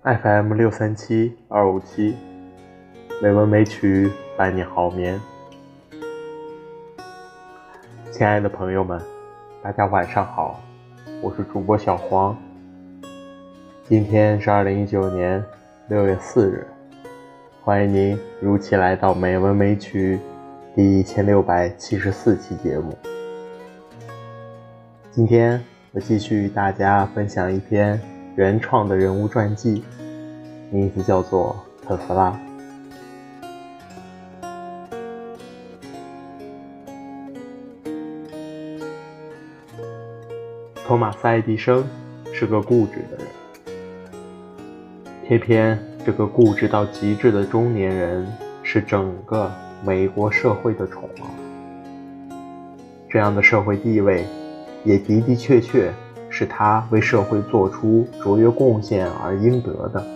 FM637-257，美文美曲伴你好眠。亲爱的朋友们，大家晚上好，我是主播小黄。今天是2019年6月4日，欢迎您如期来到美文美曲第1674期节目。今天我继续与大家分享一篇原创的人物传记，名字叫做特斯拉。托马斯·爱迪生是个固执的人，偏偏这个固执到极致的中年人是整个美国社会的宠儿。这样的社会地位也的的确确是他为社会做出卓越贡献而应得的。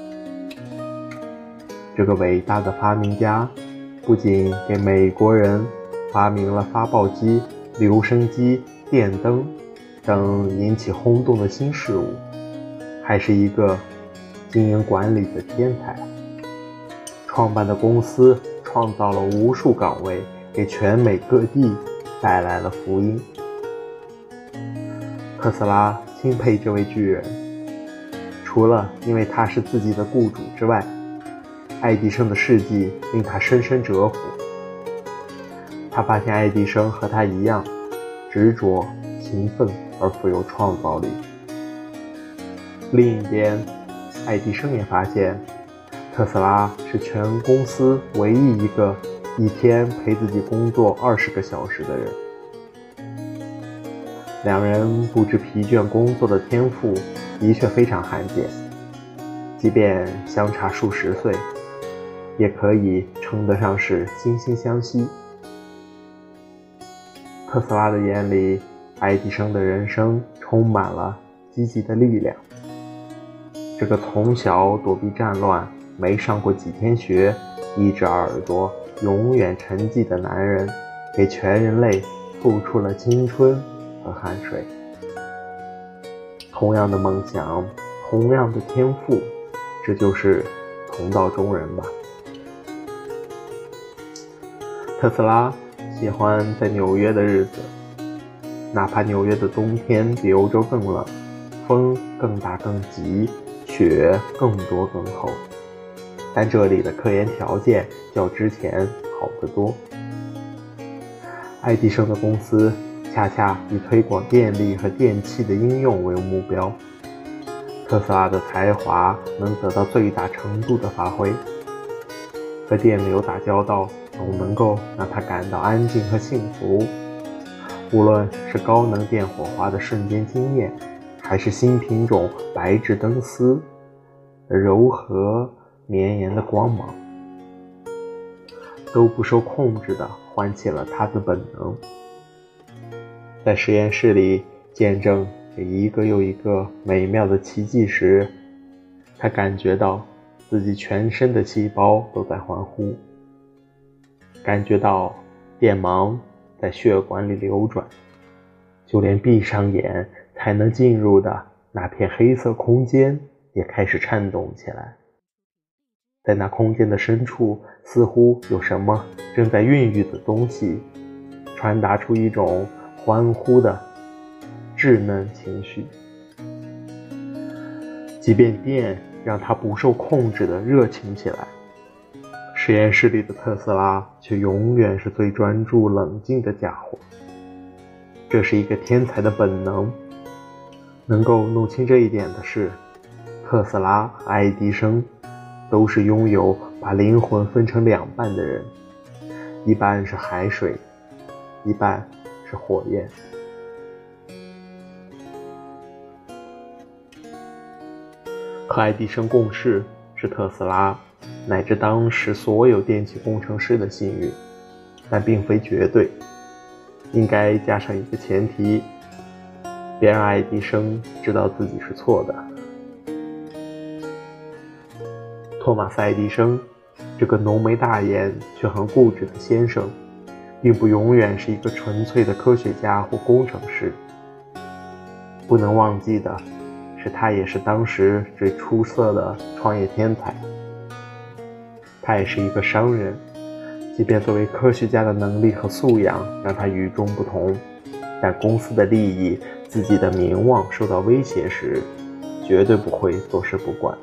这个伟大的发明家不仅给美国人发明了发报机、留声机、电灯等引起轰动的新事物，还是一个经营管理的天才。创办的公司创造了无数岗位，给全美各地带来了福音。特斯拉钦佩这位巨人，除了因为他是自己的雇主之外，爱迪生的事迹令他深深折服。他发现爱迪生和他一样执着、勤奋而富有创造力。另一边，爱迪生也发现特斯拉是全公司唯一一个一天陪自己工作20个小时的人。两人不知疲倦工作的天赋的确非常罕见，即便相差数十岁，也可以称得上是惺惺相惜。特斯拉的眼里，爱迪生的人生充满了积极的力量。这个从小躲避战乱，没上过几天学，一只耳朵永远沉寂的男人，给全人类付出了青春和汗水。同样的梦想，同样的天赋，这就是同道中人吧。特斯拉喜欢在纽约的日子，哪怕纽约的冬天比欧洲更冷，风更大更急，雪更多更厚，但这里的科研条件较之前好得多。爱迪生的公司恰恰以推广电力和电器的应用为目标，特斯拉的才华能得到最大程度的发挥。和电流打交道总能够让他感到安静和幸福，无论是高能电火花的瞬间惊艳，还是新品种白炽灯丝柔和绵延的光芒，都不受控制地唤起了他的本能。在实验室里见证这一个又一个美妙的奇迹时，他感觉到自己全身的细胞都在欢呼，感觉到电芒在血管里流转，就连闭上眼才能进入的那片黑色空间也开始颤动起来。在那空间的深处，似乎有什么正在孕育的东西，传达出一种欢呼的稚嫩情绪。即便电让他不受控制的热情起来，实验室里的特斯拉却永远是最专注冷静的家伙。这是一个天才的本能。能够弄清这一点的是，特斯拉和爱迪生都是拥有把灵魂分成两半的人，一半是海水，一半是火焰。和爱迪生共事是特斯拉乃至当时所有电气工程师的幸运，但并非绝对。应该加上一个前提，别让爱迪生知道自己是错的。托马斯·爱迪生这个浓眉大眼却很固执的先生，并不永远是一个纯粹的科学家或工程师。不能忘记的是是他也是当时最出色的创业天才。他也是一个商人，即便作为科学家的能力和素养让他与众不同，但公司的利益、自己的名望受到威胁时，绝对不会坐视不管。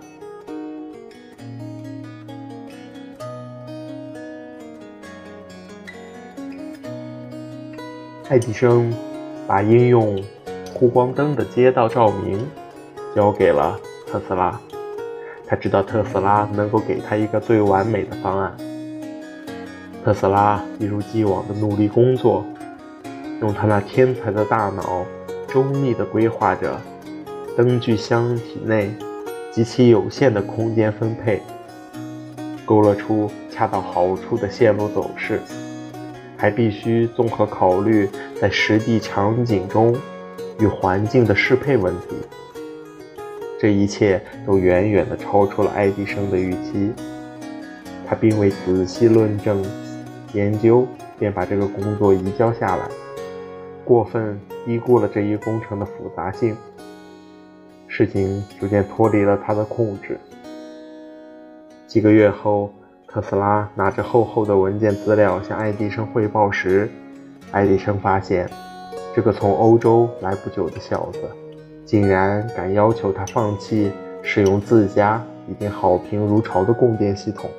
爱迪生把应用弧光灯的街道照明交给了特斯拉，他知道特斯拉能够给他一个最完美的方案。特斯拉一如既往的努力工作，用他那天才的大脑周密地规划着灯具箱体内极其有限的空间分配，勾勒出恰到好处的线路走势，还必须综合考虑在实地场景中与环境的适配问题。这一切都远远地超出了爱迪生的预期，他并未仔细论证研究，便把这个工作移交下来，过分低估了这一工程的复杂性，事情逐渐脱离了他的控制。几个月后，特斯拉拿着厚厚的文件资料向爱迪生汇报时，爱迪生发现这个从欧洲来不久的小子竟然敢要求他放弃使用自家已经好评如潮的供电系统。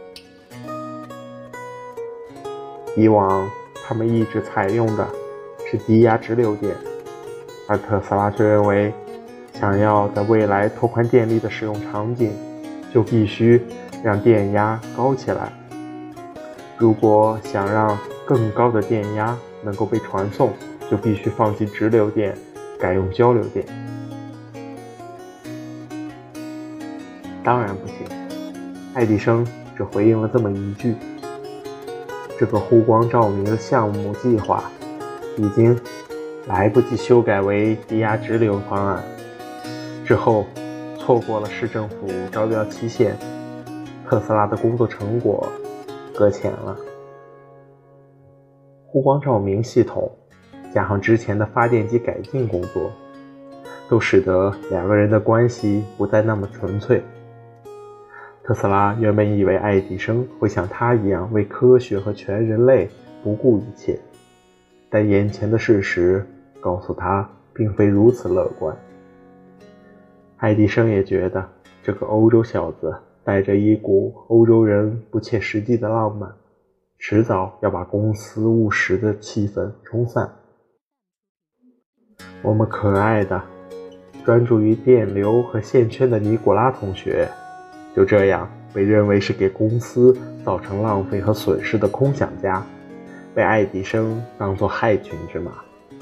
以往他们一直采用的是低压直流电，而特斯拉却认为，想要在未来拓宽电力的使用场景，就必须让电压高起来。如果想让更高的电压能够被传送，就必须放弃直流电，改用交流电。当然不行，爱迪生只回应了这么一句：这个弧光照明的项目计划已经来不及修改为低压直流方案，之后错过了市政府招标期限，特斯拉的工作成果搁浅了。弧光照明系统加上之前的发电机改进工作，都使得两个人的关系不再那么纯粹。特斯拉原本以为爱迪生会像他一样为科学和全人类不顾一切，但眼前的事实告诉他并非如此乐观。爱迪生也觉得这个欧洲小子带着一股欧洲人不切实际的浪漫，迟早要把公司务实的气氛冲散。我们可爱的专注于电流和线圈的尼古拉同学，就这样被认为是给公司造成浪费和损失的空想家，被爱迪生当作害群之马。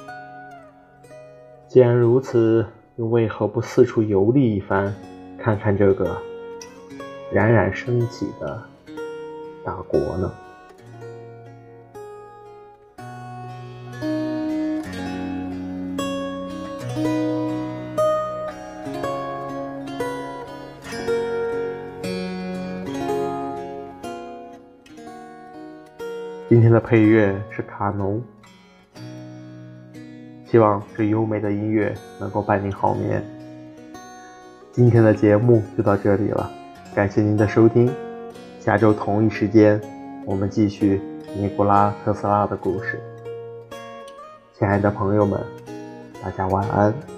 既然如此，又为何不四处游历一番，看看这个冉冉升起的大国呢？今天的配乐是卡农，希望这优美的音乐能够伴您好眠。今天的节目就到这里了，感谢您的收听，下周同一时间我们继续尼古拉特斯拉的故事。亲爱的朋友们，大家晚安。